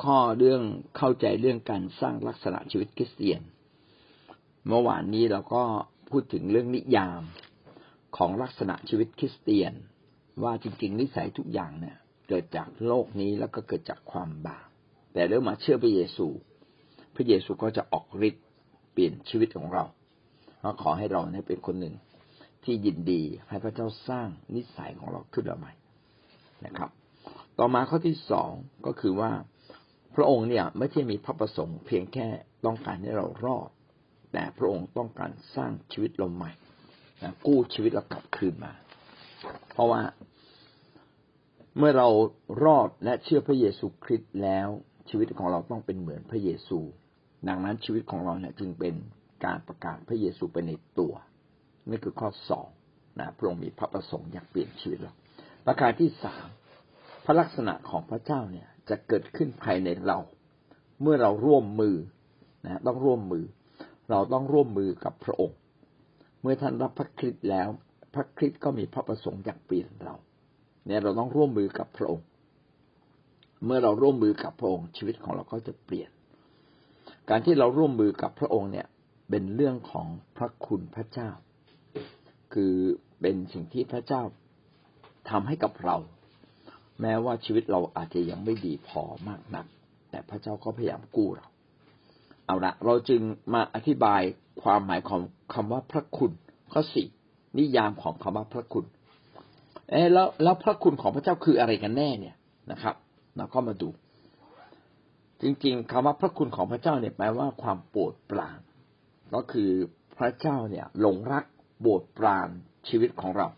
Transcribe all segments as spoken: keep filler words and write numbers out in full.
ข้อเรื่องเข้าใจเรื่องการสร้างลักษณะชีวิตคริสเตียนเมื่อวานนี้เราก็พูดถึงเรื่องนิยามของลักษณะชีวิตคริสเตียนว่าจริงๆนิสัยทุกอย่างเนี่ยเกิดจากโลกนี้แล้วก็เกิดจากความบาปแต่เริ่มมาเชื่อพระเยซูพระเยซูก็จะออกฤทธิ์เปลี่ยนชีวิตของเราก็ขอให้เราเนี่ยเป็นคนหนึ่งที่ยินดีให้พระเจ้าสร้างนิสัยของเราขึ้นมาใหม่นะครับต่อมาข้อที่สองก็คือว่าพระองค์เนี่ยไม่ใช่มีพระประสงค์เพียงแค่ต้องการให้เรารอดแต่พระองค์ต้องการสร้างชีวิตเราใหม่นะกู้ชีวิตเรากลับคืนมาเพราะว่าเมื่อเรารอดและเชื่อพระเยซูคริสต์แล้วชีวิตของเราต้องเป็นเหมือนพระเยซูดังนั้นชีวิตของเราเนี่ยจึงเป็นการประกาศพระเยซูไปในตัวนี่คือข้อสองนะพระองค์มีพระประสงค์อยากเปลี่ยนชีวิตเราประการที่สามพระลักษณะของพระเจ้าเนี่ยจะเกิดขึ้นภายในเราเมื่อเราร่วมมือนะต้องร่วมมือเราต้องร่วมมือกับพระองค์เมื่อท่านรับพระคริสต์แล้วพระคริสต์ก็มีพระประสงค์อยากเปลี่ยนเราเนี่ยเราต้องร่วมมือกับพระองค์เมื่อเราร่วมมือกับพระองค์ชีวิตของเราก็จะเปลี่ยนการที่เราร่วมมือกับพระองค์เนี่ยเป็นเรื่องของพระคุณพระเจ้าคือเป็นสิ่งที่พระเจ้าทำให้กับเราแม้ว่าชีวิตเราอาจจะยังไม่ดีพอมากนักแต่พระเจ้าก็พยายามกู้เราเอาละเราจึงมาอธิบายความหมายของคำว่าพระคุณข้อสี่นิยามของคำว่าพระคุณเอ๊ะแล้วแล้วพระคุณของพระเจ้าคืออะไรกันแน่เนี่ยนะครับเราก็มาดูจริงๆคำว่าพระคุณของพระเจ้าเนี่ยแปลว่าความโปรดปรานก็คือพระเจ้าเนี่ยหลงรักโปรดปรานชีวิตของเรา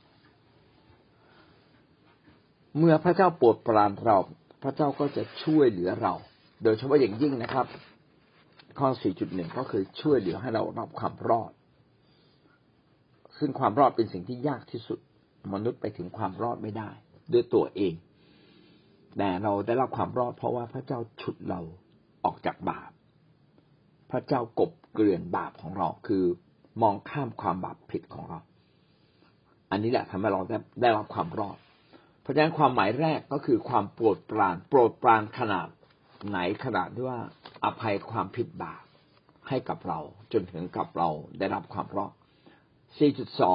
เมื่อพระเจ้าโปรดปรานเราพระเจ้าก็จะช่วยเหลือเราโดยเฉพาะอย่างยิ่งนะครับข้อ สี่จุดหนึ่ง ก็คือช่วยเหลือให้เรารับความรอดซึ่งความรอดเป็นสิ่งที่ยากที่สุดมนุษย์ไปถึงความรอดไม่ได้ด้วยตัวเองแต่เราได้รับความรอดเพราะว่าพระเจ้าฉุดเราออกจากบาปพระเจ้ากลบเกลื่อนบาปของเราคือมองข้ามความบาปผิดของเราอันนี้แหละทำให้เราได้ได้รับความรอดเพราะฉะนั้นความหมายแรกก็คือความโปรดปรานโปรดปรานขนาดไหนขนาดที่ว่าอภัยความผิดบาปให้กับเราจนถึงกับเราได้รับความรอด สี่จุดสอง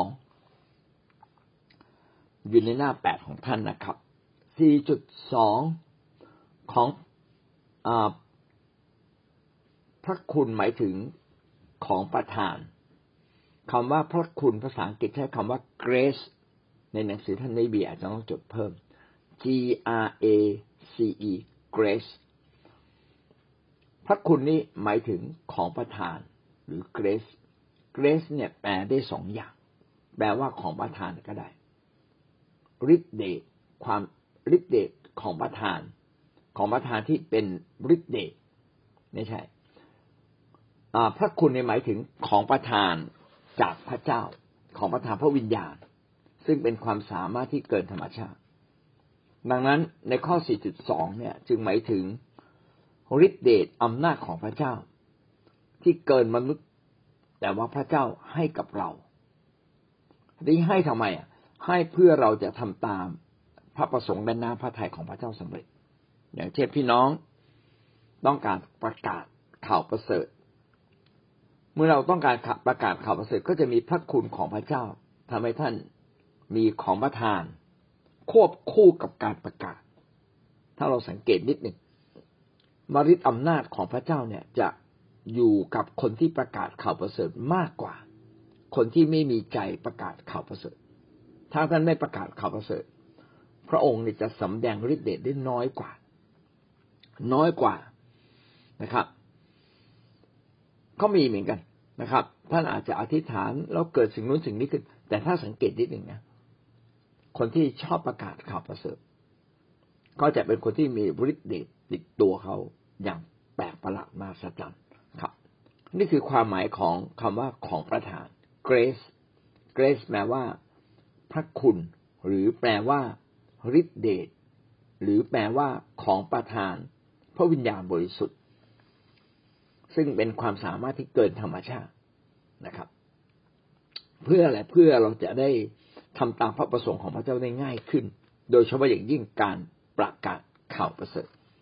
อยู่ในหน้าแปดของท่านนะครับ สี่จุดสอง ของอ่าพระคุณหมายถึงของประทานคำว่าพระคุณภาษาอังกฤษใช้คำว่า grace ในหนังสือท่านในบีอาจจะต้องจดเพิ่ม G R A C E grace พระคุณนี้หมายถึงของประทานหรือ grace grace เนี่ยแปลได้สองอย่างแปลว่าของประทานก็ได้ฤทธิ์เดชความฤทธิ์เดชของประทานของประทานที่เป็นฤทธิ์เดชไม่ใช่พระคุณในหมายถึงของประทานจากพระเจ้าของประทานพระวิญญาณซึ่งเป็นความสามารถที่เกินธรรมชาติดังนั้นในข้อ สี่จุดสอง เนี่ยจึงหมายถึงฤทธิ์เดชอำนาจของพระเจ้าที่เกินมนุษย์แต่ว่าพระเจ้าให้กับเรานี่ให้ทำไมอ่ะให้เพื่อเราจะทำตามพระประสงค์และน้ำพระทัยของพระเจ้าสำเร็จอย่างเช่นพี่น้องต้องการประกาศข่าวประเสริฐเมื่อเราต้องการประกาศข่าวประเสริฐก็จะมีพระคุณของพระเจ้าทำให้ท่านมีของประทานควบคู่กับการประกาศถ้าเราสังเกตนิดหนึ่งฤทธิ์อำนาจของพระเจ้าเนี่ยจะอยู่กับคนที่ประกาศข่าวประเสริฐมากกว่าคนที่ไม่มีใจประกาศข่าวประเสริฐถ้าท่านไม่ประกาศข่าวประเสริฐพระองค์จะสำแดงฤทธิ์เดชได้น้อยกว่าน้อยกว่านะครับก็มีเหมือนกันนะครับท่านอาจจะอธิษฐานแล้วเกิดสิ่งนู้นสิ่งนี้ขึ้นแต่ถ้าสังเกตนิดหนึ่งนะคนที่ชอบประกาศข่าวประเสริฐก็จะเป็นคนที่มีฤทธิ์เดชติดตัวเขาอย่างแปลกประหลาดมหัศจรรย์ครับนี่คือความหมายของคำว่าของประทาน grace grace แปลว่าพระคุณหรือแปลว่าฤทธิ์เดชหรือแปลว่าของประทานพระวิญญาณบริสุทธิ์ซึ่งเป็นความสามารถที่เกินธรรมชาตินะครับเพื่ออะไรเพื่อเราจะได้ทำตามพระประสงค์ของพระเจ้าได้ง่ายขึ้นโดยเฉพาะอย่างยิ่งการประกาศข่าวประเสริฐ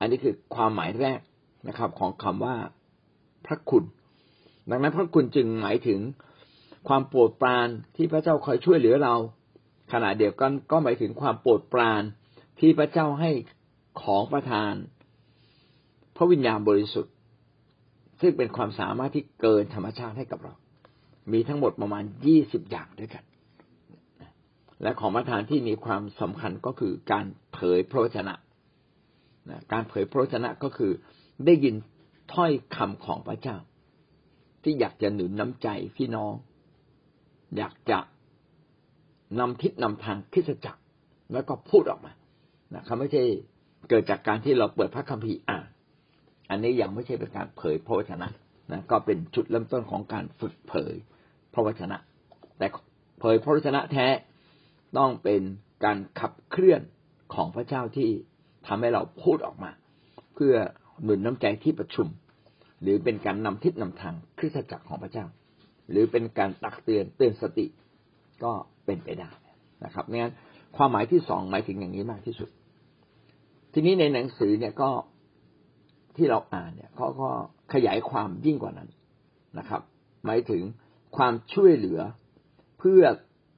อันนี้คือความหมายแรกนะครับของคำว่าพระคุณดังนั้นพระคุณจึงหมายถึงความโปรดปรานที่พระเจ้าคอยช่วยเหลือเราขณะเดียวกันก็หมายถึงความโปรดปรานที่พระเจ้าให้ของประทานพระวิญญาณบริสุทธิ์ซึ่งเป็นความสามารถที่เกินธรรมชาติให้กับเรามีทั้งหมดประมาณยี่สิบอย่างด้วยกันและของประทานที่มีความสำคัญก็คือการเผยพระวจนะการเผยพระวจนะก็คือได้ยินถ้อยคำของพระเจ้าที่อยากจะหนุนน้ำใจพี่น้องอยากจะนำทิศนำทางคริสตจักรแล้วก็พูดออกมานะครับไม่ใช่เกิดจากการที่เราเปิดพระคัมภีร์อ่านอันนี้ยังไม่ใช่เป็นการเผยพระวจนะนะก็เป็นจุดเริ่มต้นของการฝึกเผยพระวจนะแต่เผยพระวจนะแท้ต้องเป็นการขับเคลื่อนของพระเจ้าที่ทำให้เราพูดออกมาเพื่อหนุนน้ำใจที่ประชุมหรือเป็นการนำทิศนำทางคริสตจักรของพระเจ้าหรือเป็นการตักเตือนเตือนสติก็เป็นไปได้นะครับงั้นความหมายที่สองหมายถึงอย่างนี้มากที่สุดทีนี้ในหนังสือเนี่ยก็ที่เราอ่านเนี่ยเขาก็ขยายความยิ่งกว่านั้นนะครับหมายถึงความช่วยเหลือเพื่อ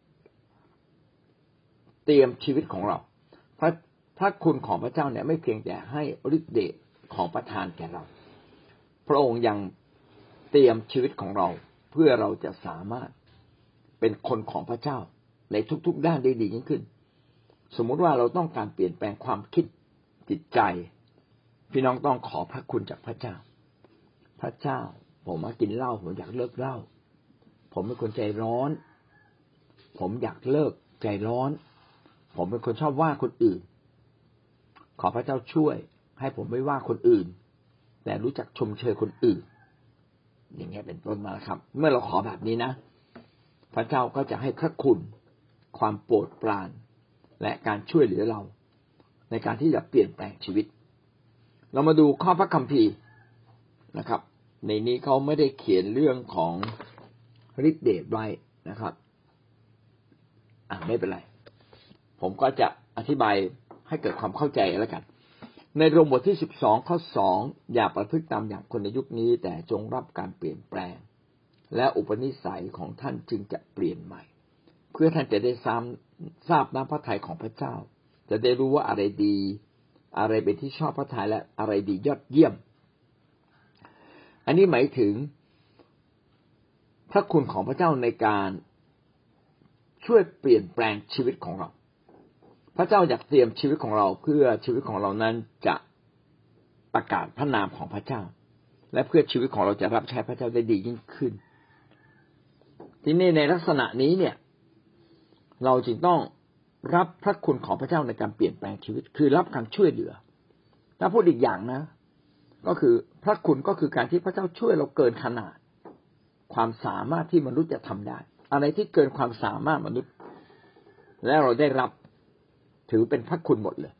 เตรียมชีวิตของเราพระพระคุณของพระเจ้าเนี่ยไม่เพียงแต่ให้ฤทธิ์เดชของประทานแก่เราพระองค์ยังเตรียมชีวิตของเราเพื่อเราจะสามารถเป็นคนของพระเจ้าในทุกๆด้านได้ดียิ่งขึ้นสมมุติว่าเราต้องการเปลี่ยนแปลงความคิดจิตใจพี่น้องต้องขอพระคุณจากพระเจ้าพระเจ้าผมมากินเหล้าผมอยากเลิกเหล้าผมเป็นคนใจร้อนผมอยากเลิกใจร้อนผมเป็นคนชอบว่าคนอื่นขอพระเจ้าช่วยให้ผมไม่ว่าคนอื่นแต่รู้จักชมเชยคนอื่นอย่างเงี้ยเป็นต้นมาครับเมื่อเราขอแบบนี้นะพระเจ้าก็จะให้พระคุณความโปรดปรานและการช่วยเหลือเราในการที่จะเปลี่ยนแปลงชีวิตเรามาดูข้อพระคัมภีร์นะครับในนี้เขาไม่ได้เขียนเรื่องของฤทธิ์เดชไว้นะครับอ่าไม่เป็นไรผมก็จะอธิบายให้เกิดความเข้าใจแล้วกันในโรมบทที่สิบสองข้อสองอย่าประพฤติตามอย่างคนในยุคนี้แต่จงรับการเปลี่ยนแปลงและอุปนิสัยของท่านจึงจะเปลี่ยนใหม่เพื่อท่านจะได้ทราบทราบน้ำพระทัยของพระเจ้าจะได้รู้ว่าอะไรดีอะไรเป็นที่ชอบพระทัยและอะไรดียอดเยี่ยมอันนี้หมายถึงพระคุณของพระเจ้าในการช่วยเปลี่ยนแปลงชีวิตของเราพระเจ้าอยากเตรียมชีวิตของเราเพื่อชีวิตของเรานั้นจะประกาศพระนามของพระเจ้าและเพื่อชีวิตของเราจะรับใช้พระเจ้าได้ดียิ่งขึ้นทีนี้ในลักษณะนี้เนี่ยเราจึงต้องรับพระคุณของพระเจ้าในการเปลี่ยนแปลงชีวิตคือรับการช่วยเหลือถ้าพูดอีกอย่างนะก็คือพระคุณก็คือการที่พระเจ้าช่วยเราเกินขนาดความสามารถที่มนุษย์จะทำได้อะไรที่เกินความสามารถมนุษย์และเราได้รับถือเป็นพระคุณหมดเลย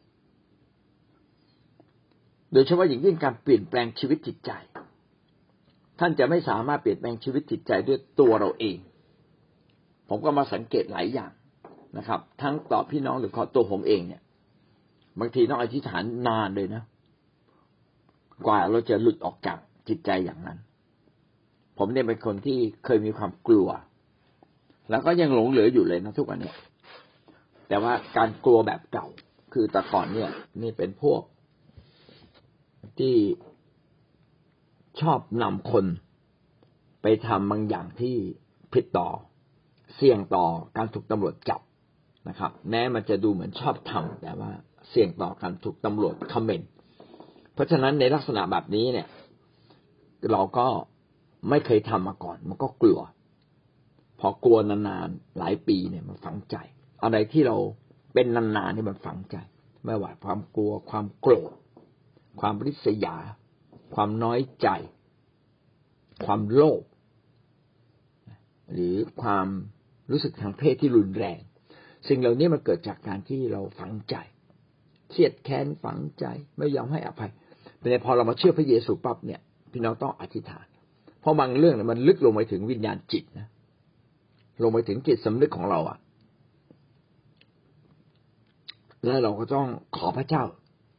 โดยเฉพาะอย่างยิ่งการเปลี่ยนแปลงชีวิตจิตใจท่านจะไม่สามารถเปลี่ยนแปลงชีวิตจิตใจด้วยตัวเราเองผมก็มาสังเกตหลายอย่างนะครับทั้งต่อพี่น้องหรือขอตัวผมเองเนี่ยบางทีต้องอธิษฐานนานเลยนะกว่าเราจะหลุดออกจากจิตใจอย่างนั้นผมเนี่ยเป็นคนที่เคยมีความกลัวแล้วก็ยังหลงเหลืออยู่เลยนะทุกวันนี้แต่ว่าการกลัวแบบเก่าคือแต่ก่อนเนี่ยนี่เป็นพวกที่ชอบนำคนไปทำบางอย่างที่ผิดต่อเสี่ยงต่อการถูกตำรวจจับนะครับแม้มันจะดูเหมือนชอบทำแต่ว่าเสี่ยงต่อการถูกตำรวจคอมเมนต์เพราะฉะนั้นในลักษณะแบบนี้เนี่ยเราก็ไม่เคยทำมาก่อนมันก็กลัวพอกลัวนานๆหลายปีเนี่ยมันฝังใจอะไรที่เราเป็นนานๆนี่มันฝังใจไม่ว่าความกลัวความโกรธความริษยาความน้อยใจความโลภหรือความรู้สึกทางเพศที่รุนแรงสิ่งเหล่านี้มันเกิดจากการที่เราฝังใจเครียดแค้นฝังใจไม่ยอมให้อภัยแต่พอเรามาเชื่อพระเยซูปั๊บเนี่ยพี่น้องต้องอธิษฐานเพราะบางเรื่องเนี่ยมันลึกลงไปถึงวิญญาณจิตนะลงไปถึงจิตสำนึกของเราอ่ะแล้วเราก็ต้องขอพระเจ้า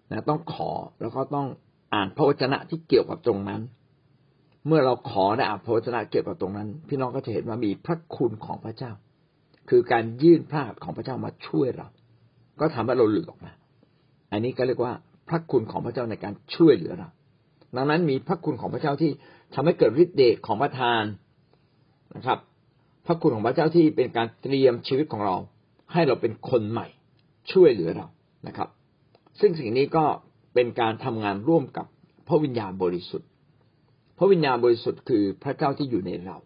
นะต้องขอแล้วก็ต้องอ่านพระวจนะที่เกี่ยวกับตรงนั้นเมื่อเราขอได้อ่านพระวจนะเกี่ยวกับตรงนั้นพี่น้องก็จะเห็นว่ามีพระคุณของพระเจ้าคือการยื่นพระหัตถ์ของพระเจ้ามาช่วยเราก็ทำให้เราหลุดออกมาอันนี้ก็เรียกว่าพระคุณของพระเจ้าในการช่วยเหลือเราดังนั้นมีพระคุณของพระเจ้าที่ทำให้เกิดฤทธิ์เดชของประทานนะครับพระคุณของพระเจ้าที่เป็นการเตรียมชีวิตของเราให้เราเป็นคนใหม่ช่วยเหลือเรานะครับซึ่งสิ่งนี้ก็เป็นการทำงานร่วมกับพระวิญญาณบริสุทธิ์พระวิญญาณบริสุทธิ์คือพระเจ้าที่อยู่ในเรา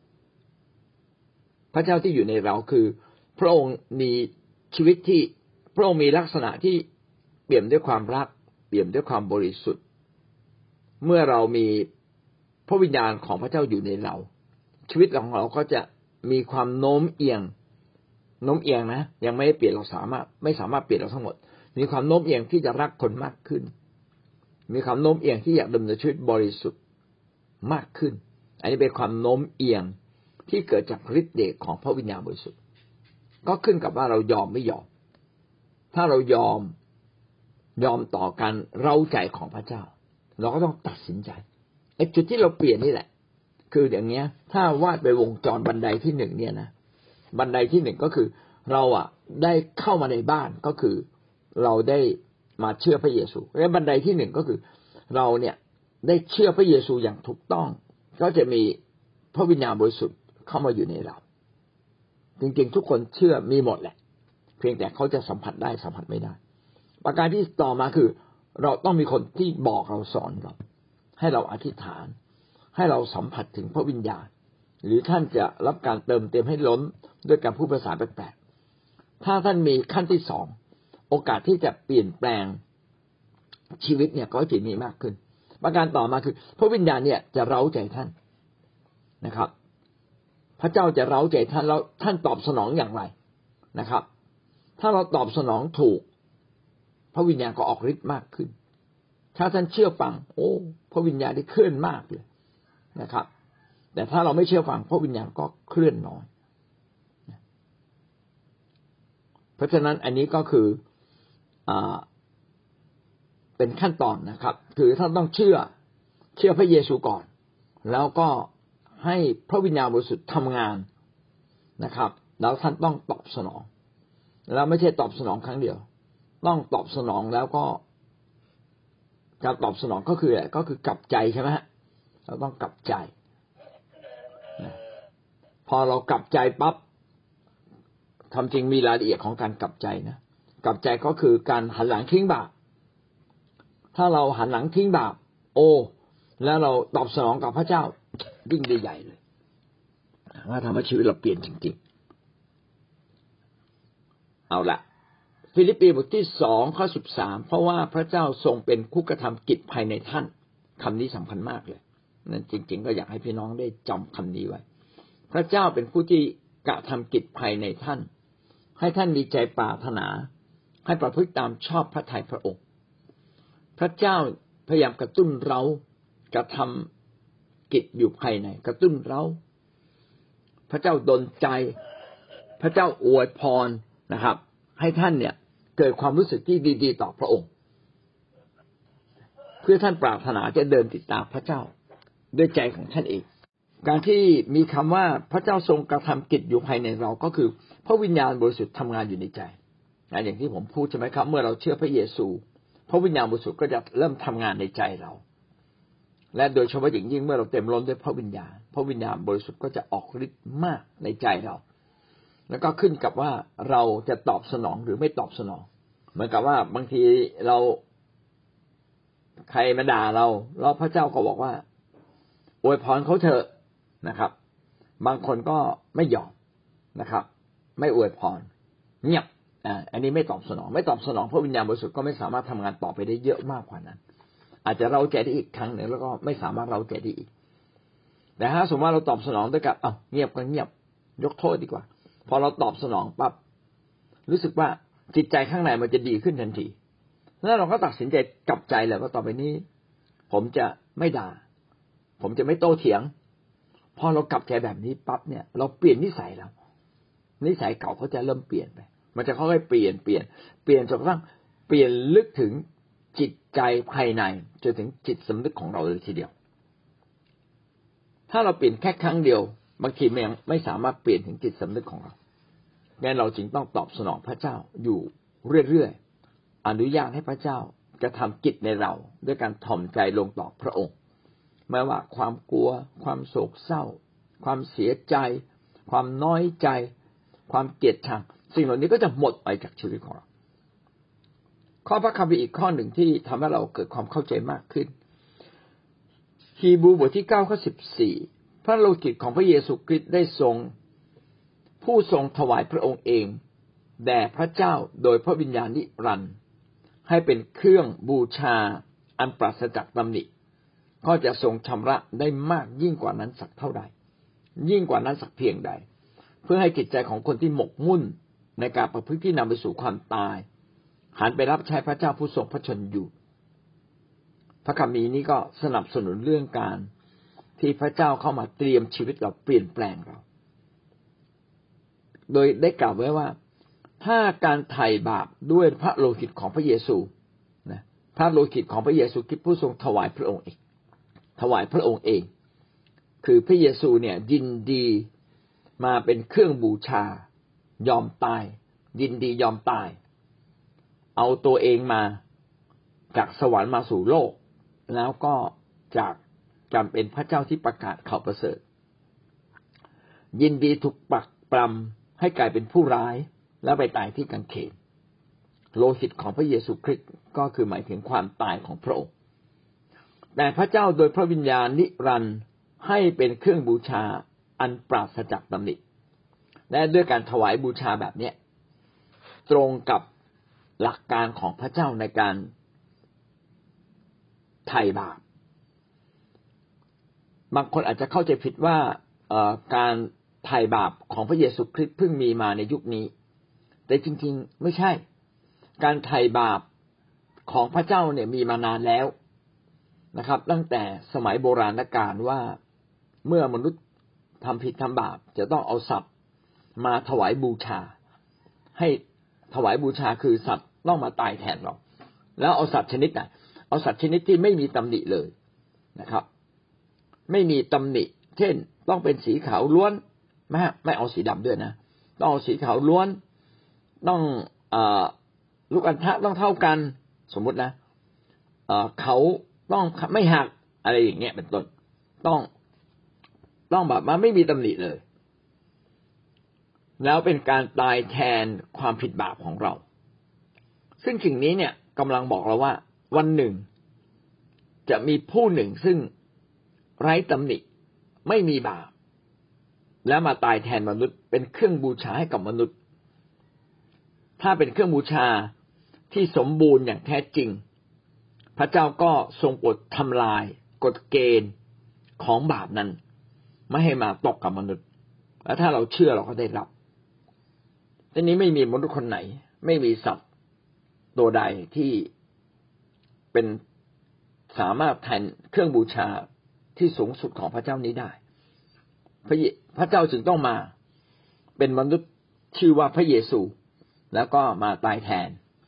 พระเจ้าที่อยู่ในเราคือพระองค์มีชีวิตที่พระองค์มีลักษณะที่เปี่ยมด้วยความรักเปี่ยมด้วยความบริสุทธิ์เมื่อเรามีพระวิญญาณของพระเจ้าอยู่ในเราชีวิตของเราก็จะมีความโน้มเอียงโน้มเอียงนะยังไม่ได้เปลี่ยนเราสามารถไม่สามารถเปลี่ยนเราทั้งหมดมีความโน้มเอียงที่จะรักคนมากขึ้นมีความโน้มเอียงที่อยากดำเนินชีวิตบริสุทธิ์มากขึ้นอันนี้เป็นความโน้มเอียงที่เกิดจากฤทธิ์เดชของพระวิญญาณบริสุทธิ์ก็ขึ้นกับว่าเรายอมไม่ยอมถ้าเรายอมยอมต่อการเร้าใจของพระเจ้าเราก็ต้องตัดสินใจไอ้จุดที่เราเปลี่ยนนี่แหละคืออย่างเงี้ยถ้าวาดไปวงจรบันไดที่หนึ่งเนี่ยนะบันไดที่หนึ่งก็คือเราอ่ะได้เข้ามาในบ้านก็คือเราได้มาเชื่อพระเยซูและบันไดที่หนึ่งก็คือเราเนี่ยได้เชื่อพระเยซูอย่างถูกต้องก็จะมีพระวิญญาณบริสุทธิ์เข้ามาอยู่ในเราจริงๆทุกคนเชื่อมีหมดแหละเพียงแต่เขาจะสัมผัสได้สัมผัสไม่ได้ประการที่ต่อมาคือเราต้องมีคนที่บอกเราสอนเราให้เราอธิษฐานให้เราสัมผัสถึงพระวิญญาณหรือท่านจะรับการเติมเต็มให้ล้นด้วยการพูดภาษาแปลกๆถ้าท่านมีขั้นที่สองโอกาสที่จะเปลี่ยนแปลงชีวิตเนี่ยก็จะมีมากขึ้นประการต่อมาคือพระวิญญาณเนี่ยจะเร้าใจท่านนะครับพระเจ้าจะเร้าใจท่านแล้วท่านตอบสนองอย่างไรนะครับถ้าเราตอบสนองถูกพระวิญญาณก็ออกฤทธิ์มากขึ้นถ้าท่านเชื่อฟังโอ้พระวิญญาณได้เคลื่อนมากเลยนะครับแต่ถ้าเราไม่เชื่อฟังพระวิญญาณก็เคลื่อนน้อยเพราะฉะนั้นอันนี้ก็คืออ่าเป็นขั้นตอนนะครับคือท่านต้องเชื่อเชื่อพระเยซูก่อนแล้วก็ให้พระวิญญาณบริสุทธิ์ทำงานนะครับแล้วท่านต้องตอบสนองแล้วไม่ใช่ตอบสนองครั้งเดียวต้องตอบสนองแล้วก็การตอบสนองก็คืออะไรก็คือกลับใจใช่ไหมฮะเราต้องกลับใจพอเรากลับใจปั๊บทำจริงมีรายละเอียดของการกลับใจนะกลับใจก็คือการหันหลังทิ้งบาปถ้าเราหันหลังทิ้งบาปโอ้แล้วเราตอบสนองกับพระเจ้ายิ่งได้ใหญ่เลยว่าทำให้ชีวิตเราเปลี่ยนจริงๆเอาละฟิลิปปีบทที่สองข้อสิบสามเพราะว่าพระเจ้าทรงเป็นผู้กระทำกิจภายในท่านคำนี้สำคัญมากเลยนั่นจริงๆก็อยากให้พี่น้องได้จำคำนี้ไว้พระเจ้าเป็นผู้ที่กระทำกิจภายในท่านให้ท่านมีใจปรารถนาให้ประพฤติตามชอบพระทัยพระองค์พระเจ้าพยายามกระตุ้นเรากระทำกิจอยู่ภายในกระตุ้นเราพระเจ้าดลใจพระเจ้าอวยพรนะครับให้ท่านเนี่ยเกิดความรู้สึกที่ดีๆต่อพระองค์เพื่อท่านปรารถนาจะเดินติดตามพระเจ้าด้วยใจของท่านเองการที่มีคำว่าพระเจ้าทรงกระทำกิจอยู่ภายในเราก็คือพระวิญญาณบริสุทธิ์ทำงานอยู่ในใจอย่างที่ผมพูดใช่ไหมครับเมื่อเราเชื่อพระเยซูพระวิญญาณบริสุทธิ์ก็จะเริ่มทำงานในใจเราและโดยเฉพาะอย่างยิ่งเมื่อเราเต็มล้นด้วยพระวิญญาณพระวิญญาณบริสุทธิ์ก็จะออกฤทธิ์มากในใจเราแล้วก็ขึ้นกับว่าเราจะตอบสนองหรือไม่ตอบสนองเหมือนกับว่าบางทีเราใครมาด่าเราแล้วพระเจ้าก็บอกว่าอวยพรเขาเถอะนะครับบางคนก็ไม่ยอมนะครับไม่อวยพรเงียบอ่าอันนี้ไม่ตอบสนองไม่ตอบสนองพระวิญญาณบริสุทธิ์ก็ไม่สามารถทำงานต่อไปได้เยอะมากกว่านั้นอาจจะเราใจได้อีกครั้งหนึ่งแล้วก็ไม่สามารถเราใจได้อีกแต่ถ้าสมมติว่าเราตอบสนองด้วยกับอ้าวเงียบก็เงียบยกโทษดีกว่าพอเราตอบสนองปั๊บรู้สึกว่าจิตใจข้างในมันจะดีขึ้นทันทีแล้วเราก็ตัดสินใจกลับใจแล้วก็ต่อไปนี้ผมจะไม่ด่าผมจะไม่โต้เถียงพอเรากลับใจแบบนี้ปั๊บเนี่ยเราเปลี่ยนนิสัยแล้วนิสัยเก่าเขาจะเริ่มเปลี่ยนไปมันจะค่อยๆเปลี่ยนเปลี่ยนเปลี่ยนจนกระทั่งเปลี่ยนลึกถึงจิตใจภายในจนถึงจิตสำนึกของเราเลยทีเดียวถ้าเราเปลี่ยนแค่ครั้งเดียวบางทีมันยังไม่สามารถเปลี่ยนถึงจิตสำนึกของเรางั้นเราจึงต้องตอบสนองพระเจ้าอยู่เรื่อยๆอนุญาตให้พระเจ้ากระทำกิจในเราด้วยการถ่อมใจลงต่อพระองค์ไม่ว่าความกลัวความโศกเศร้าความเสียใจความน้อยใจความเกลียดชังสิ่งเหล่านี้ก็จะหมดไปจากชีวิตของเราข้อพระคัมภีร์อีกข้อหนึ่งที่ทำให้เราเกิดความเข้าใจมากขึ้นฮีบรูบทที่เก้าข้อสิบสี่พระโลหิตของพระเยซูคริสต์ได้ทรงผู้ทรงถวายพระองค์เองแด่พระเจ้าโดยพระวิญญาณนิรันดร์ให้เป็นเครื่องบูชาอันปราศจากตำหนิก็จะทรงชำระได้มากยิ่งกว่านั้นสักเท่าใดยิ่งกว่านั้นสักเพียงใดเพื่อให้จิตใจของคนที่หมกมุ่นในการประพฤติที่นำไปสู่ความตายหันไปรับใช้พระเจ้าผู้ทรงพระชนอยู่พระคัมภีร์นี้ก็สนับสนุนเรื่องการที่พระเจ้าเข้ามาเตรียมชีวิตเราเปลี่ยนแปลงเราโดยได้กล่าวไว้ว่าถ้าการไถ่บาปด้วยพระโลหิตของพระเยซูนะพระโลหิตของพระเยซูคริสต์ผู้ทรงถวายพระองค์เองถวายพระองค์เองคือพระเยซูเนี่ยยินดีมาเป็นเครื่องบูชายอมตายยินดียอมตายเอาตัวเองมาจากสวรรค์มาสู่โลกแล้วก็จากการเป็นพระเจ้าที่ประกาศข่าวประเสริฐยินดีถูกปักปรำให้กลายเป็นผู้ร้ายแล้วไปตายที่กางเขนโลหิตของพระเยซูคริสต์ก็คือหมายถึงความตายของพระองค์แต่พระเจ้าโดยพระวิญญาณนิรันดร์ให้เป็นเครื่องบูชาอันปราศจากตำหนิและด้วยการถวายบูชาแบบนี้ตรงกับหลักการของพระเจ้าในการไถ่บาปบางคนอาจจะเข้าใจผิดว่าการไถ่บาปของพระเยซูคริสต์เพิ่งมีมาในยุคนี้แต่จริงๆไม่ใช่การไถ่บาปของพระเจ้าเนี่ยมีมานานแล้วนะครับตั้งแต่สมัยโบราณกาลว่าเมื่อมนุษย์ทำผิดทำบาปจะต้องเอาสัตว์มาถวายบูชาให้ถวายบูชาคือสัตว์ต้องมาตายแทนเราแล้วเอาสัตว์ชนิดไหนเอาสัตว์ชนิดที่ไม่มีตำหนิเลยนะครับไม่มีตำหนิเช่นต้องเป็นสีขาวล้วนไม่ไม่เอาสีดำด้วยนะต้องเอาสีขาวล้วนต้องเอ่อลูกอัณฑะต้องเท่ากันสมมุตินะเอ่อเขาต้องไม่หักอะไรอย่างเงี้ยเป็นต้นต้องต้องแบบว่าไม่มีตำหนิเลยแล้วเป็นการตายแทนความผิดบาปของเราซึ่งสิ่งนี้เนี่ยกำลังบอกเราว่าวันหนึ่งจะมีผู้หนึ่งซึ่งไร้ตำหนิไม่มีบาปแล้วมาตายแทนมนุษย์เป็นเครื่องบูชาให้กับมนุษย์ถ้าเป็นเครื่องบูชาที่สมบูรณ์อย่างแท้จริงพระเจ้าก็ทรงโปรดทำลายกฎเกณฑ์ของบาปนั้นไม่ให้มาตกกับมนุษย์แล้วถ้าเราเชื่อเราก็ได้รับทีนี้ไม่มีมนุษย์คนไหนไม่มีสัตว์ตัวใดที่เป็นสามารถแทนเครื่องบูชาที่สูงสุดของพระเจ้านี้ได้พระพระเจ้าจึงต้องมาเป็นมนุษย์ชื่อว่าพระเยซูแล้วก็มาตายแทน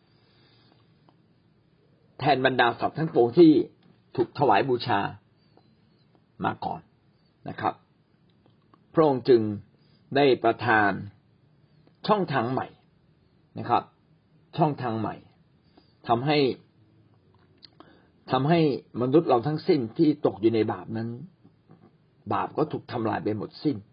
แทนบรรดาสัตว์ทั้งปวงที่ถูกถวายบูชามาก่อนนะครับพระองค์จึงได้ประทานช่องทางใหม่นะครับช่องทางใหม่ทำให้ทำให้มนุษย์เราทั้งสิ้นที่ตกอยู่ในบาปนั้นบาปก็ถูกทำลายไปหมดสิ้น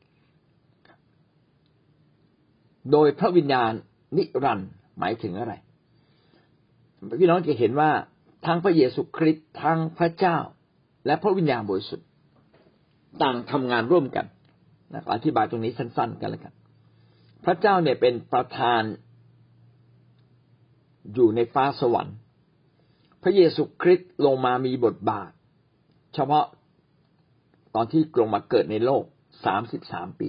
โดยพระวิญญาณนิรันดร์หมายถึงอะไรพี่น้องจะเห็นว่าทั้งพระเยซูคริสต์ทั้งพระเจ้าและพระวิญญาณบริสุทธิ์ต่างทำงานร่วมกันนะอธิบายตรงนี้สั้นๆกันแล้วกันพระเจ้าเนี่ยเป็นประธานอยู่ในฟ้าสวรรค์พระเยซูคริสต์ลงมามีบทบาทเฉพาะตอนที่ลงมาเกิดในโลกสามสิบสามปี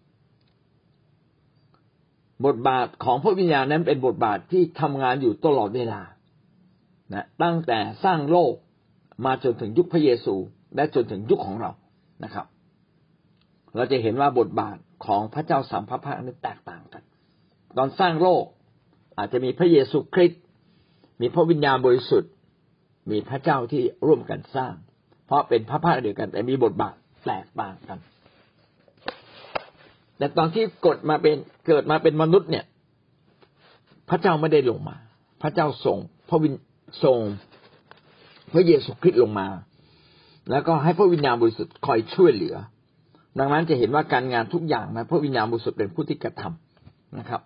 บทบาทของพระวิญญาณนั้นเป็นบทบาทที่ทำงานอยู่ตลอดเวลานะตั้งแต่สร้างโลกมาจนถึงยุคพระเยซูและจนถึงยุคของเรานะครับเราจะเห็นว่าบทบาทของพระเจ้าสามพระภาคนั้นแตกต่างกันตอนสร้างโลกอาจจะมีพระเยซูคริสต์มีพระวิญญาณบริสุทธิ์มีพระเจ้าที่ร่วมกันสร้างเพราะเป็นพระภาคเดียวกันแต่มีบทบาทแตกต่างกันแต่ตอนที่กฎมาเป็นเกิดมาเป็นมนุษย์เนี่ยพระเจ้าไม่ได้ลงมาพระเจ้าส่งพระวิญส่งพระเยซูคริสต์ลงมาแล้วก็ให้พระวิญญาณบริสุทธิ์คอยช่วยเหลือดังนั้นจะเห็นว่าการงานทุกอย่างนะพระวิญญาณบริสุทธิ์เป็นผู้ที่กระทำนะครับ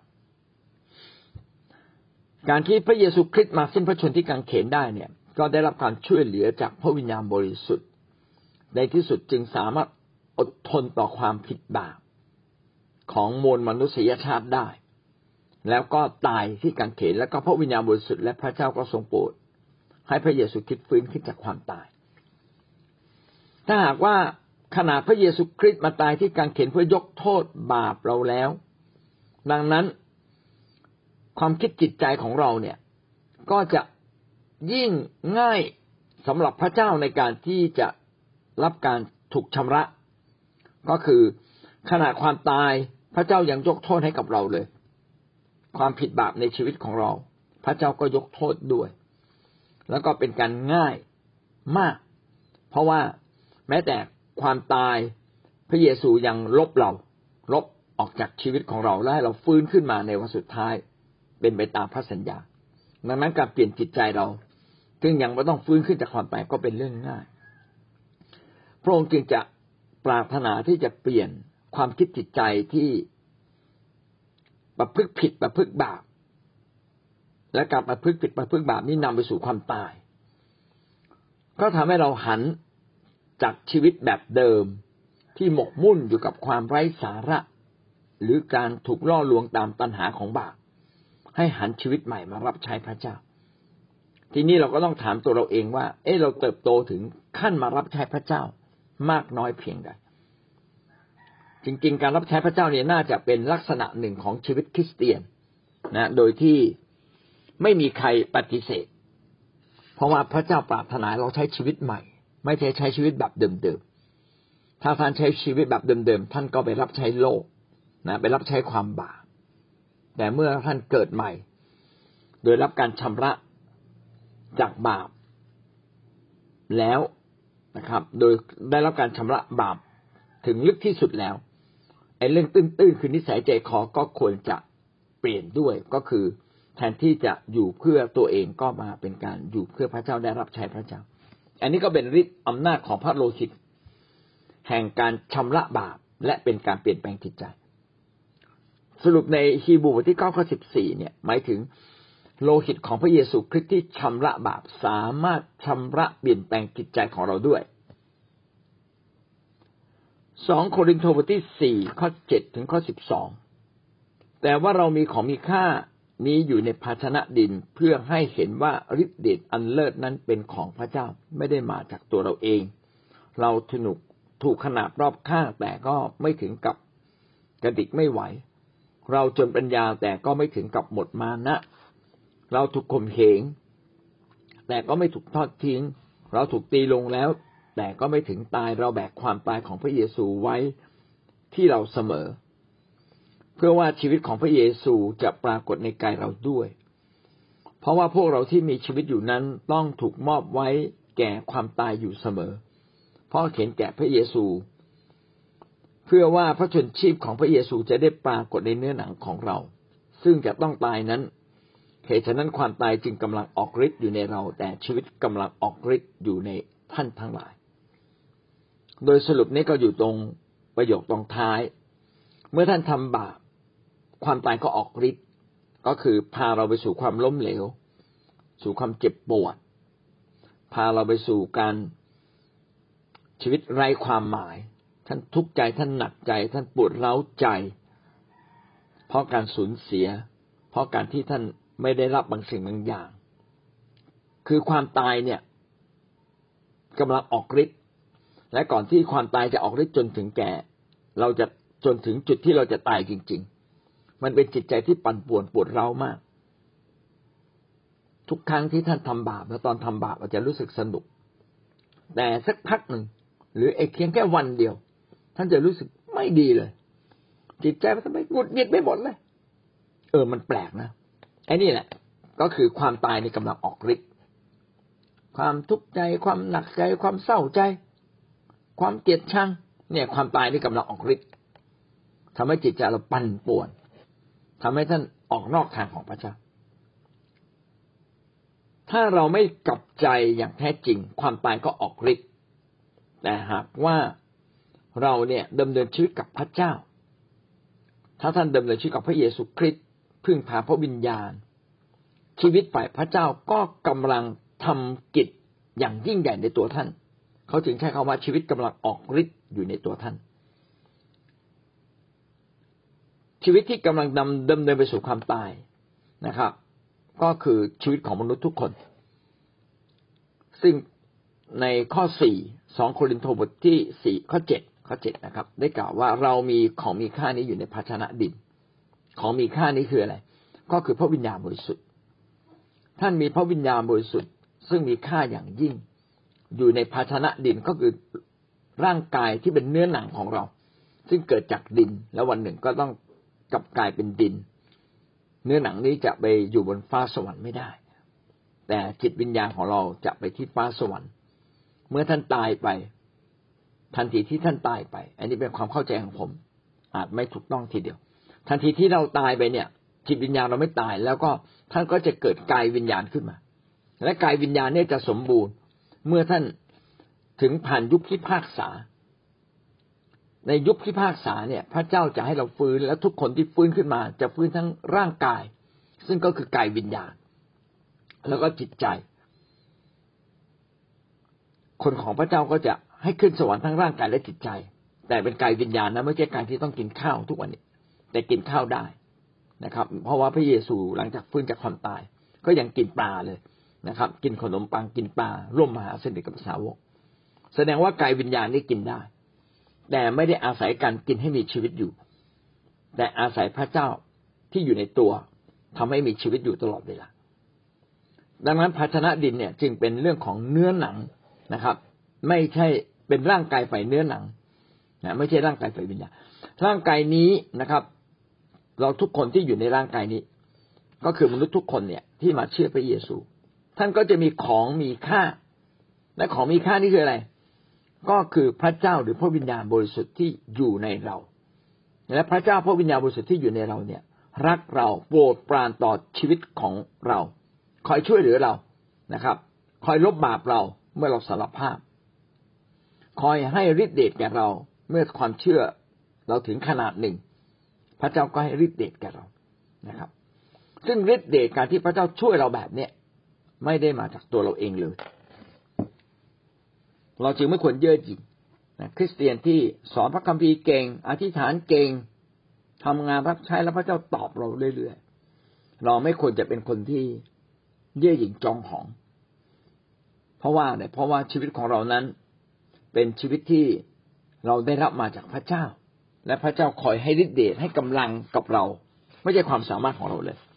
การที่พระเยซูคริสต์มาสิ้นพระชนม์ที่กางเขนได้เนี่ยก็ได้รับการช่วยเหลือจากพระวิญญาณบริสุทธิ์ในที่สุดจึงสามารถอดทนต่อความผิดบาปของมวลมนุษยชาติได้แล้วก็ตายที่กางเขนแล้วก็พระวิญญาณบริสุทธิ์และพระเจ้าก็ทรงโปรดให้พระเยซูคริสต์ฟื้นขึ้นจากความตายถ้าหากว่าขณะพระเยซูคริสต์มาตายที่กางเขนเพื่อยกโทษบาปเราแล้วดังนั้นความคิดจิตใจของเราเนี่ยก็จะยิ่งง่ายสำหรับพระเจ้าในการที่จะรับการถูกชำระก็คือขณะความตายพระเจ้ายังยกโทษให้กับเราเลยความผิดบาปในชีวิตของเราพระเจ้าก็ยกโทษด้วยแล้วก็เป็นการง่ายมากเพราะว่าแม้แต่ความตายพระเยซูยังลบเราลบออกจากชีวิตของเราและให้เราฟื้นขึ้นมาในวันสุดท้ายเป็นไปตามพระสัญญาดังนั้นการเปลี่ยนจิตใจเราซึ่งยังไม่ต้องฟื้นขึ้นจากความตายก็เป็นเรื่องง่ายพระองค์จึงจะปรารถนาที่จะเปลี่ยนความคิดจิตใจที่ประพฤติผิดประพฤติบาปและการประพฤติผิดประพฤติบาปนี้นำไปสู่ความตายก็ทำให้เราหันจากชีวิตแบบเดิมที่หมกมุ่นอยู่กับความไร้สาระหรือการถูกล่อลวงตามตัณหาของบาปให้หันชีวิตใหม่มารับใช้พระเจ้าทีนี้เราก็ต้องถามตัวเราเองว่าเอ๊ะเราเติบโตถึงขั้นมารับใช้พระเจ้ามากน้อยเพียงใดจริงๆการรับใช้พระเจ้าเนี่ยน่าจะเป็นลักษณะหนึ่งของชีวิตคริสเตียนนะโดยที่ไม่มีใครปฏิเสธเพราะว่าพระเจ้าปรารถนาเราใช้ชีวิตใหม่ไม่ใช่ใช้ชีวิตแบบเดิมๆถ้าท่านใช้ชีวิตแบบเดิมๆท่านก็ไปรับใช้โลกนะไปรับใช้ความบาปแต่เมื่อท่านเกิดใหม่โดยรับการชำระจากบาปแล้วนะครับโดยได้รับการชำระบาปถึงลึกที่สุดแล้วไอ้เรื่องตื้นๆคือนิสัยใจคอก็ควรจะเปลี่ยนด้วยก็คือแทนที่จะอยู่เพื่อตัวเองก็มาเป็นการอยู่เพื่อพระเจ้าได้รับใช้พระเจ้าอันนี้ก็เป็นฤทธิ์อำนาจของพระโลหิตแห่งการชำระบาปและเป็นการเปลี่ยนแปลงจิตใจสรุปในฮีบรูบทที่เก้าข้อสิบสี่เนี่ยหมายถึงโลหิตของพระเยซูคริสต์ที่ชำระบาปสามารถชำระเปลี่ยนแปลงจิตใจของเราด้วยสองโครินธ์บทที่สี่ข้อเจ็ดถึงข้อสิบสองแต่ว่าเรามีของมีค่านี้อยู่ในภาชนะดินเพื่อให้เห็นว่าฤทธิ์เดชอันเลิศนั้นเป็นของพระเจ้าไม่ได้มาจากตัวเราเองเราถูกถูกขนาบรอบข้างแต่ก็ไม่ถึงกับกระดิกไม่ไหวเราจนปัญญาแต่ก็ไม่ถึงกับหมดมานะเราถูกข่มเหงแต่ก็ไม่ถูกทอดทิ้งเราถูกตีลงแล้วแต่ก็ไม่ถึงตายเราแบกความตายของพระเยซูไว้ที่เราเสมอเพื่อว่าชีวิตของพระเยซูจะปรากฏในกายเราด้วยเพราะว่าพวกเราที่มีชีวิตอยู่นั้นต้องถูกมอบไว้แก่ความตายอยู่เสมอเพราะเห็นแก่พระเยซูเพื่อว่าพระชนชีพของพระเยซูจะได้ปรากฏในเนื้อหนังของเราซึ่งจะต้องตายนั้นเหตุฉะนั้นความตายจึงกำลังออกฤทธิ์อยู่ในเราแต่ชีวิตกำลังออกฤทธิ์อยู่ในท่านทั้งหลายโดยสรุปนี้ก็อยู่ตรงประโยคตรงท้ายเมื่อท่านทำบาปความตายก็ออกฤทธิ์ก็คือพาเราไปสู่ความล้มเหลวสู่ความเจ็บปวดพาเราไปสู่การชีวิตไร้ความหมายท่านทุกข์ใจท่านหนักใจท่านปวดร้าวใจเพราะการสูญเสียเพราะการที่ท่านไม่ได้รับบางสิ่งบางอย่างคือความตายเนี่ยกำลังออกฤทธิ์และก่อนที่ความตายจะออกฤทธิ์จนถึงแก่เราจะจนถึงจุดที่เราจะตายจริงๆมันเป็นจิตใจที่ปั่นป่วนปวดร้าวมากทุกครั้งที่ท่านทำบาปแล้วตอนทำบาปอาจจะรู้สึกสนุกแต่สักพักหนึ่งหรือไอ้เพียงแค่วันเดียวท่านจะรู้สึกไม่ดีเลยจิตใจมันทำไมหงุดหงิดไปหมดเลยเออมันแปลกนะไอ้นี่แหละก็คือความตายในกำลังออกฤทธิ์ความทุกข์ใจความหนักใจความเศร้าใจความเกลียดชังเนี่ยความตายนี่กำลังออกฤทธิ์ทำให้จิตใจเราปั่นป่วนทำให้ท่านออกนอกทางของพระเจ้าถ้าเราไม่กลับใจอย่างแท้จริงความตายก็ออกฤทธิ์แต่หากว่าเราเนี่ยดำเนินชีวิตกับพระเจ้าถ้าท่านดำเนินชีวิตกับพระเยซูคริสต์พึ่งพาพระวิญญาณชีวิตฝ่ายพระเจ้าก็กำลังทำกิจอย่างยิ่งใหญ่ในตัวท่านเขาจึงใช้คำว่าชีวิตกำลังออกฤทธิ์อยู่ในตัวท่านชีวิตที่กำลังดำดำเนินไปสู่ความตายนะครับก็คือชีวิตของมนุษย์ทุกคนซึ่งในข้อสี่สองโครินธ์บทที่สี่ข้อเจ็ดข้อเจ็ดนะครับได้กล่าวว่าเรามีของมีค่านี้อยู่ในภาชนะดินของมีค่านี้คืออะไรก็คือพระวิญญาณบริสุทธิ์ท่านมีพระวิญญาณบริสุทธิ์ซึ่งมีค่าอย่างยิ่งอยู่ในภาชนะดินก็คือร่างกายที่เป็นเนื้อหนังของเราซึ่งเกิดจากดินแล้ววันหนึ่งก็ต้องกลับกลายเป็นดินเนื้อหนังนี้จะไปอยู่บนฟ้าสวรรค์ไม่ได้แต่จิตวิญญาณของเราจะไปที่ฟ้าสวรรค์เมื่อท่านตายไปทันทีที่ท่านตายไปอันนี้เป็นความเข้าใจของผมอาจไม่ถูกต้องทีเดียวทันทีที่เราตายไปเนี่ยจิตวิญญาณเราไม่ตายแล้วก็ท่านก็จะเกิดกายวิญญาณขึ้นมาและกายวิญญาณเนี่ยจะสมบูรณ์เมื่อท่านถึงผ่านยุคพิพากษาในยุคพิพากษาเนี่ยพระเจ้าจะให้เราฟื้นและทุกคนที่ฟื้นขึ้นมาจะฟื้นทั้งร่างกายซึ่งก็คือกายวิญญาณแล้วก็จิตใจคนของพระเจ้าก็จะให้ขึ้นสวรรค์ทั้งร่างกายและจิตใจแต่เป็นกายวิญญาณนะไม่ใช่การที่ต้องกินข้าวทุกวันนี้แต่กินข้าวได้นะครับเพราะว่าพระเยซูหลังจากฟื้นจากความตายก็ยังกินปลาเลยนะครับกินขนมปังกินปลาร่วมมหาสนิทกับสาวกแสดงว่ากายวิญญาณนี่กินได้แต่ไม่ได้อาศัยการกินให้มีชีวิตอยู่แต่อาศัยพระเจ้าที่อยู่ในตัวทำให้มีชีวิตอยู่ตลอดเวลาดังนั้นภาชนะดินเนี่ยจึงเป็นเรื่องของเนื้อหนังนะครับไม่ใช่เป็นร่างกายฝ่ายเนื้อหนังนะไม่ใช่ร่างกายฝ่ายวิญญาณร่างกายนี้นะครับเราทุกคนที่อยู่ในร่างกายนี้ก็คือมนุษย์ทุกคนเนี่ยที่มาเชื่อพระเยซูท่านก็จะมีของมีค่าและของมีค่านี่คืออะไรก็คือพระเจ้าหรือพระวิญญาณบริสุทธิ์ที่อยู่ในเราและพระเจ้าพระวิญญาณบริสุทธิ์ที่อยู่ในเราเนี่ยรักเราโปรดปรานต่อชีวิตของเราคอยช่วยเหลือเรานะครับคอยลบบาปเราเมื่อเราสารภาพคอยให้ฤทธิ์เดชแก่เราเมื่อความเชื่อเราถึงขนาดหนึ่งพระเจ้าก็ให้ฤทธิ์เดชแก่เรานะครับซึ่งฤทธิ์เดชการที่พระเจ้าช่วยเราแบบเนี้ยไม่ได้มาจากตัวเราเองเลยเราจึงไม่ควรเย่อหยิ่งนะคริสเตียนที่สอนพระคัมภีร์เก่งอธิษฐานเก่งทำงานรับใช้แล้วพระเจ้าตอบเราเรื่อยๆเราไม่ควรจะเป็นคนที่เย่อหยิ่งจองหองเพราะว่าเนี่ยเพราะว่าชีวิตของเรานั้นเป็นชีวิตที่เราได้รับมาจากพระเจ้าและพระเจ้าคอยให้ฤทธิ์เดชให้กำลังกับเราไม่ใช่ความสามารถของเราเลย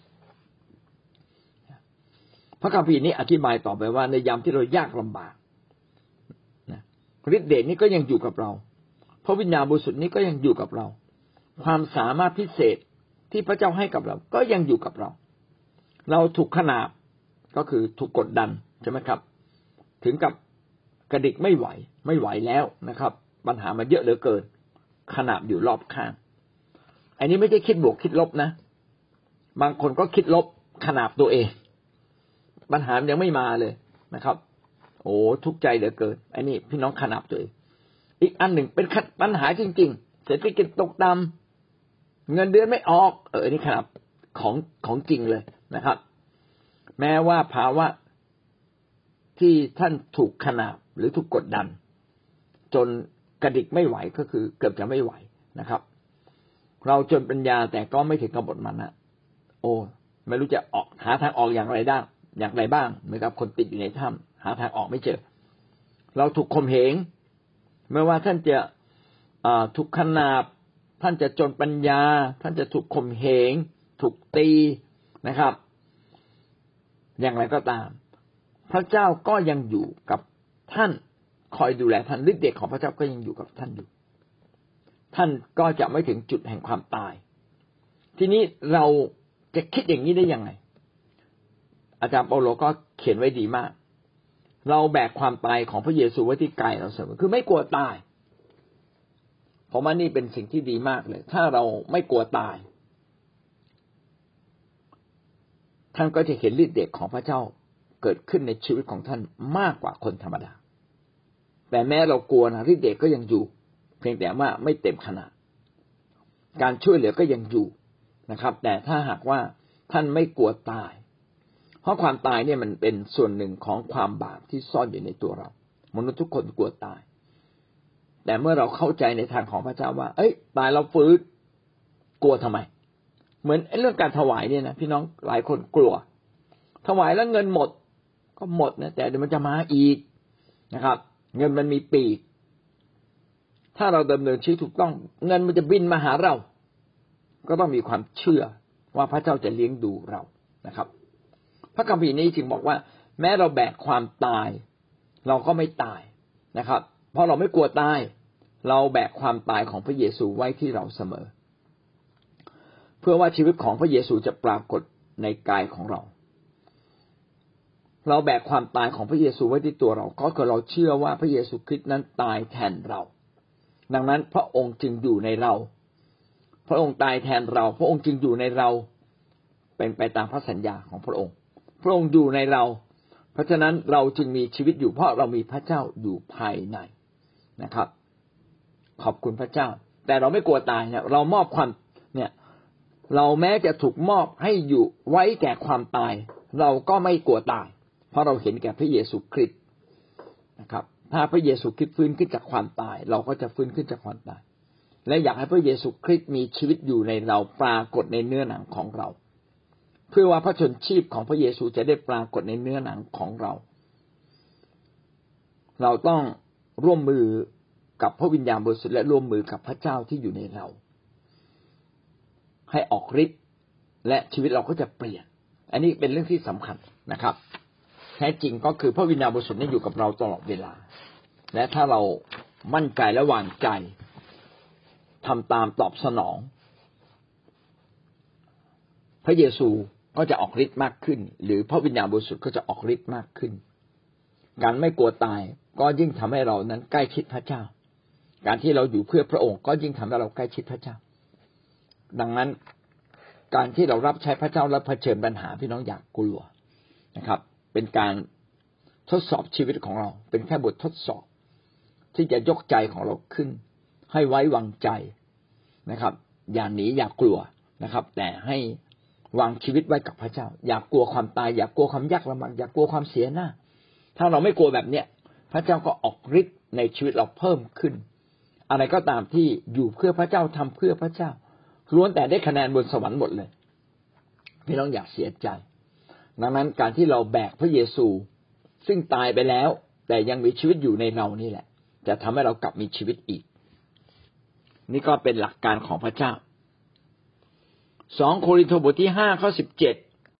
พระคัมภีร์นี้อธิบายต่อไปว่าในยามที่เรายากลำบากฤทธิ์เดชนี้ก็ยังอยู่กับเราพระวิญญาณบริสุทธิ์นี้ก็ยังอยู่กับเราความสามารถพิเศษที่พระเจ้าให้กับเราก็ยังอยู่กับเราเราถูกขนาบก็คือถูกกดดันใช่ไหมครับถึงกับกระดิกไม่ไหวไม่ไหวแล้วนะครับปัญหามันเยอะเหลือเกินขนาบอยู่รอบข้างอันนี้ไม่ใช่คิดบวกคิดลบนะบางคนก็คิดลบขนาบตัวเองปัญหายังไม่มาเลยนะครับโอ้ทุกข์ใจเหลือเกินอันนี้พี่น้องขนาบตัวเองอีกอันหนึ่งเป็นปัญหาจริงๆเศรษฐกิจตกต่ำเงินเดือนไม่ออกเอออันนี้ขนาบของของจริงเลยนะครับแม้ว่าภาวะที่ท่านถูกขนาบหรือถูกกดดันจนกระดิกไม่ไหวก็คือเกือบจะไม่ไหวนะครับเราจนปัญญาแต่ก็ไม่ถึงกบฏมันนะโอ้ไม่รู้จะออกหาทางออกอย่างไรได้อย่างไรบ้างเหมือนกับคนติดอยู่ในถ้ำหาทางออกไม่เจอเราถูกข่มเหงไม่ว่าท่านจะถูกขนาบท่านจะจนปัญญาท่านจะถูกข่มเหงถูกตีนะครับอย่างไรก็ตามพระเจ้าก็ยังอยู่กับท่านคอยดูแลท่านฤทธิ์เดชของพระเจ้าก็ยังอยู่กับท่านอยู่ท่านก็จะไม่ถึงจุดแห่งความตายทีนี้เราจะคิดอย่างนี้ได้ยังไงอาจารย์เปาโลก็เขียนไว้ดีมากเราแบกความตายของพระเยซูไว้ที่กายเราเสมอคือไม่กลัวตายผมว่านี่เป็นสิ่งที่ดีมากเลยถ้าเราไม่กลัวตายท่านก็จะเห็นฤทธิ์เดชของพระเจ้าเกิดขึ้นในชีวิตของท่านมากกว่าคนธรรมดาแต่แม้เรากลัวนะฤทธิ์เดชก็ยังอยู่เพียงแต่ว่าไม่เต็มขนาดการช่วยเหลือก็ยังอยู่นะครับแต่ถ้าหากว่าท่านไม่กลัวตายเพราะความตายเนี่ยมันเป็นส่วนหนึ่งของความบาปที่ซ่อนอยู่ในตัวเรามนุษย์ทุกคนกลัวตายแต่เมื่อเราเข้าใจในทางของพระเจ้าว่าเอ้ยตายเราฟื้นกลัวทำไมเหมือนเรื่องการถวายเนี่ยนะพี่น้องหลายคนกลัวถวายแล้วเงินหมดก็หมดนะแต่เดี๋ยวมันจะมาอีกนะครับเงินมันมีปีกถ้าเราดำเนินชีวิตถูกต้องเงินมันจะบินมาหาเราก็ต้องมีความเชื่อว่าพระเจ้าจะเลี้ยงดูเรานะครับพระคัมภีร์นี้จึงบอกว่าแม้เราแบกความตายเราก็ไม่ตายนะครับเพราะเราไม่กลัวตายเราแบกความตายของพระเยซูไว้ที่เราเสมอเพื่อว่าชีวิตของพระเยซูจะปรากฏในกายของเราเราแบกความตายของพระเยซูไว้ที่ตัวเราก็คือเราเชื่อว่าพระเยซูคริสต์นั้นตายแทนเราดังนั้นพระองค์จึงอยู่ในเราพระองค์ตายแทนเราพระองค์จึงอยู่ในเราเป็นไปตามพระสัญญาของพระองค์พระองค์อยู่ในเราเพราะฉะนั้นเราจึงมีชีวิตอยู่เพราะเรามีพระเจ้าอยู่ภายในนะครับขอบคุณพระเจ้าแต่เราไม่กลัวตายเนี่ยเรามอบความเนี่ยเราแม้จะถูกมอบให้อยู่ไว้แก่ความตายเราก็ไม่กลัวตายเพราะเราเห็นแก่พระเยซูคริสต์นะครับถ้าพระเยซูคริสต์ฟื้นขึ้นจากความตายเราก็จะฟื้นขึ้นจากความตายและอยากให้พระเยซูคริสต์มีชีวิตอยู่ในเราปรากฏในเนื้อหนังของเราเพื่อว่าพระชนชีพของพระเยซูจะได้ปรากฏในเนื้อหนังของเราเราต้องร่วมมือกับพระวิญญาณบริสุทธิ์และร่วมมือกับพระเจ้าที่อยู่ในเราให้ออกฤทธิ์และชีวิตเราก็จะเปลี่ยนอันนี้เป็นเรื่องที่สำคัญนะครับแท้จริงก็คือพระวิญญาณบริสุทธิ์นี่อยู่กับเราตลอดเวลาและถ้าเรามั่นใจและวางใจทำตามตอบสนองพระเยซูก็จะออกฤทธิ์มากขึ้นหรือพระวิญญาณบริสุทธิ์ก็จะออกฤทธิ์มากขึ้นการไม่กลัวตายก็ยิ่งทำให้เรานั้นใกล้ชิดพระเจ้าการที่เราอยู่เพื่อพระองค์ก็ยิ่งทำให้เราใกล้ชิดพระเจ้าดังนั้นการที่เรารับใช้พระเจ้าและเผชิญปัญหาพี่น้องอย่ากกลัวนะครับเป็นการทดสอบชีวิตของเราเป็นแค่บททดสอบที่จะยกใจของเราขึ้นให้ไว้วางใจนะครับอย่าหนีอย่ากลัวนะครับแต่ให้วางชีวิตไว้กับพระเจ้าอย่ากลัวความตายอย่ากลัวความยากลำบากอย่ากลัวความเสียหน้าถ้าเราไม่กลัวแบบเนี้ยพระเจ้าก็ออกฤทธิ์ในชีวิตเราเพิ่มขึ้นอะไรก็ตามที่อยู่เพื่อพระเจ้าทำเพื่อพระเจ้าล้วนแต่ได้คะแนนบนสวรรค์หมดเลยพี่น้องอย่าเสียใจดังนั้นการที่เราแบกพระเยซูซึ่งตายไปแล้วแต่ยังมีชีวิตอยู่ในเรานี่แหละจะทำให้เรากลับมีชีวิตอีกนี่ก็เป็นหลักการของพระเจ้าสองโครินธ์บทที่ห้าข้อสิบเจ็ด